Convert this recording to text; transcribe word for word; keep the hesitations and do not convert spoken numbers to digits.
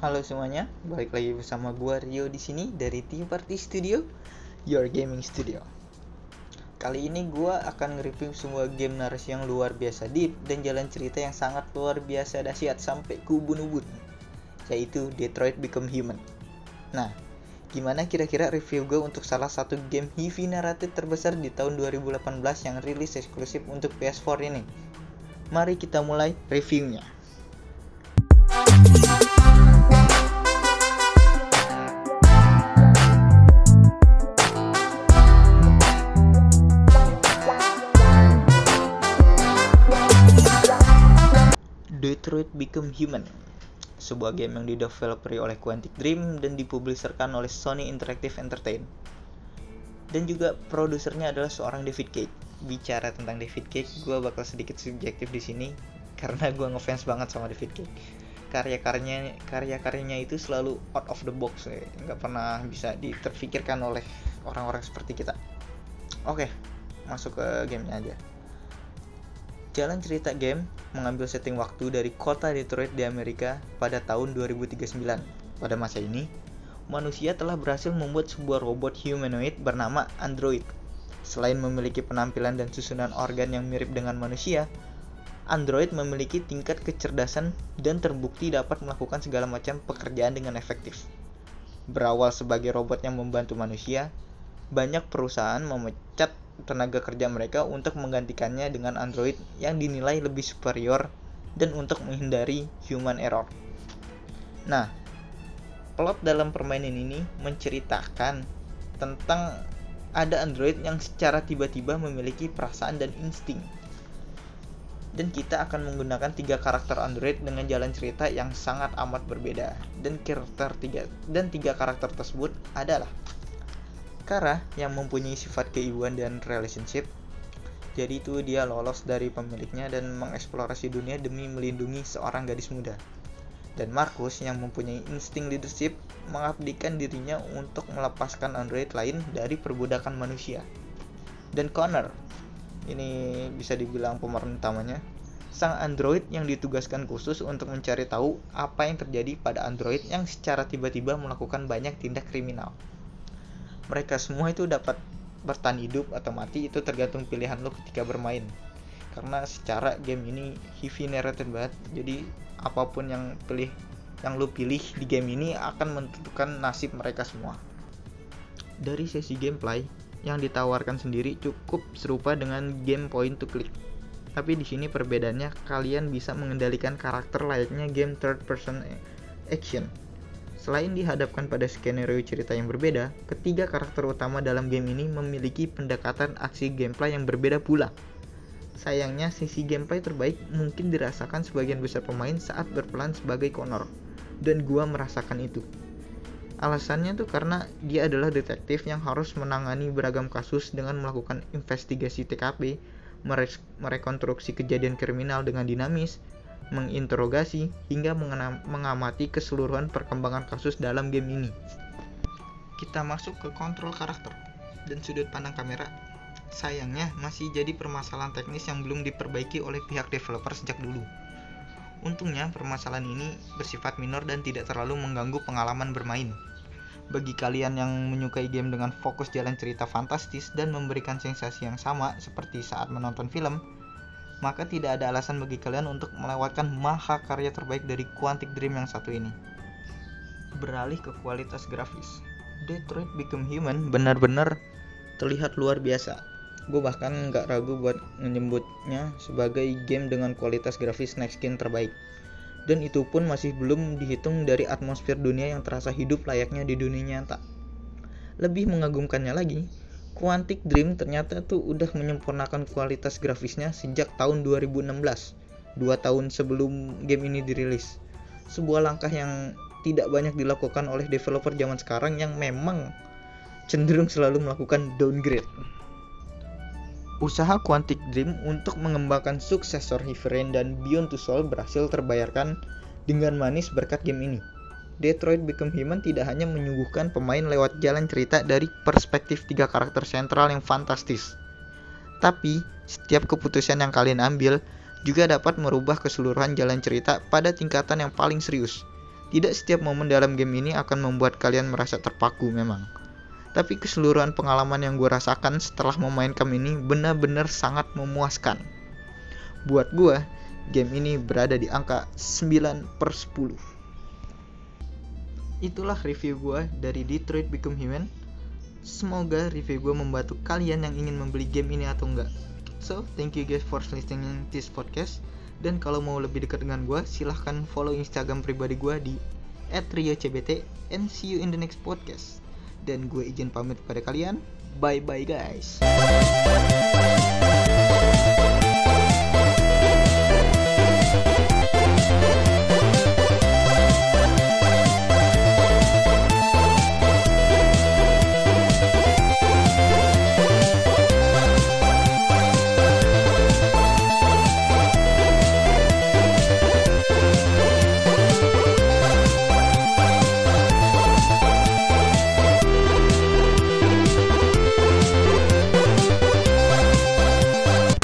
Halo semuanya, balik lagi bersama gua Rio di sini dari Tea Party Studio, Your Gaming Studio. Kali ini gua akan nge-review sebuah game narasi yang luar biasa deep dan jalan cerita yang sangat luar biasa dahsyat sampai ke ubun-ubun, yaitu Detroit Become Human. Nah, gimana kira-kira review gue untuk salah satu game heavy narrative terbesar di tahun dua ribu delapan belas yang rilis eksklusif untuk P S four ini? Mari kita mulai reviewnya. Detroit Become Human, sebuah game yang dideveloperi oleh Quantic Dream dan dipublisherkan oleh Sony Interactive Entertainment. Dan juga produsernya adalah seorang David Cage. Bicara tentang David Cage, gue bakal sedikit subjektif di sini karena gue ngefans banget sama David Cage. Karya-karyanya, karya-karyanya itu selalu out of the box, ya. Nggak pernah bisa diterfikirkan oleh orang-orang seperti kita. Oke, masuk ke gamenya aja. Jalan cerita game mengambil setting waktu dari kota Detroit di Amerika pada tahun dua ribu tiga puluh sembilan. Pada masa ini, manusia telah berhasil membuat sebuah robot humanoid bernama Android. Selain memiliki penampilan dan susunan organ yang mirip dengan manusia, Android memiliki tingkat kecerdasan dan terbukti dapat melakukan segala macam pekerjaan dengan efektif. Berawal sebagai robot yang membantu manusia, banyak perusahaan memecat tenaga kerja mereka untuk menggantikannya dengan Android yang dinilai lebih superior dan untuk menghindari human error. Nah, plot dalam permainan ini menceritakan tentang ada Android yang secara tiba-tiba memiliki perasaan dan insting. Dan kita akan menggunakan tiga karakter Android dengan jalan cerita yang sangat amat berbeda. Dan karakter tiga dan tiga karakter tersebut adalah Kara yang mempunyai sifat keibuan dan relationship. Jadi itu dia lolos dari pemiliknya dan mengeksplorasi dunia demi melindungi seorang gadis muda. Dan Marcus yang mempunyai insting leadership, mengabdikan dirinya untuk melepaskan android lain dari perbudakan manusia. Dan Connor, ini bisa dibilang pemeran utamanya, sang android yang ditugaskan khusus untuk mencari tahu apa yang terjadi pada android yang secara tiba-tiba melakukan banyak tindak kriminal. Mereka semua itu dapat bertahan hidup atau mati, itu tergantung pilihan lo ketika bermain. Karena secara game ini heavy narrative banget, jadi apapun yang pilih yang lo pilih di game ini akan menentukan nasib mereka semua. Dari sesi gameplay yang ditawarkan sendiri cukup serupa dengan game point to click. Tapi di sini perbedaannya kalian bisa mengendalikan karakter layaknya game third person action. Selain dihadapkan pada skenario cerita yang berbeda, ketiga karakter utama dalam game ini memiliki pendekatan aksi gameplay yang berbeda pula. Sayangnya, sisi gameplay terbaik mungkin dirasakan sebagian besar pemain saat berperan sebagai Connor, dan gua merasakan itu. Alasannya tuh karena dia adalah detektif yang harus menangani beragam kasus dengan melakukan investigasi T K P, mere- merekonstruksi kejadian kriminal dengan dinamis, menginterogasi, hingga mengenam, mengamati keseluruhan perkembangan kasus dalam game ini. Kita masuk ke kontrol karakter dan sudut pandang kamera. Sayangnya masih jadi permasalahan teknis yang belum diperbaiki oleh pihak developer sejak dulu. Untungnya permasalahan ini bersifat minor dan tidak terlalu mengganggu pengalaman bermain. Bagi kalian yang menyukai game dengan fokus jalan cerita fantastis dan memberikan sensasi yang sama seperti saat menonton film, maka tidak ada alasan bagi kalian untuk melewatkan mahakarya terbaik dari Quantic Dream yang satu ini. Beralih ke kualitas grafis, Detroit Become Human benar-benar terlihat luar biasa. Gue bahkan nggak ragu buat menyebutnya sebagai game dengan kualitas grafis next gen terbaik. Dan itu pun masih belum dihitung dari atmosfer dunia yang terasa hidup layaknya di dunia nyata. Lebih mengagumkannya lagi, Quantic Dream ternyata tuh udah menyempurnakan kualitas grafisnya sejak tahun dua ribu enam belas, dua tahun sebelum game ini dirilis. Sebuah langkah yang tidak banyak dilakukan oleh developer zaman sekarang yang memang cenderung selalu melakukan downgrade. Usaha Quantic Dream untuk mengembangkan suksesor Heavy Rain dan Beyond Two Souls berhasil terbayarkan dengan manis berkat game ini. Detroit Become Human tidak hanya menyuguhkan pemain lewat jalan cerita dari perspektif tiga karakter sentral yang fantastis, tapi setiap keputusan yang kalian ambil juga dapat merubah keseluruhan jalan cerita pada tingkatan yang paling serius. Tidak setiap momen dalam game ini akan membuat kalian merasa terpaku memang. Tapi keseluruhan pengalaman yang gue rasakan setelah memainkan ini benar-benar sangat memuaskan. Buat gue, game ini berada di angka sembilan per sepuluh. Itulah review gue dari Detroit Become Human. Semoga review gue membantu kalian yang ingin membeli game ini atau enggak. So, thank you guys for listening this podcast. Dan kalau mau lebih dekat dengan gue, silahkan follow Instagram pribadi gue di et rio c b t and see you in the next podcast. Dan gue izin pamit kepada kalian. Bye bye guys.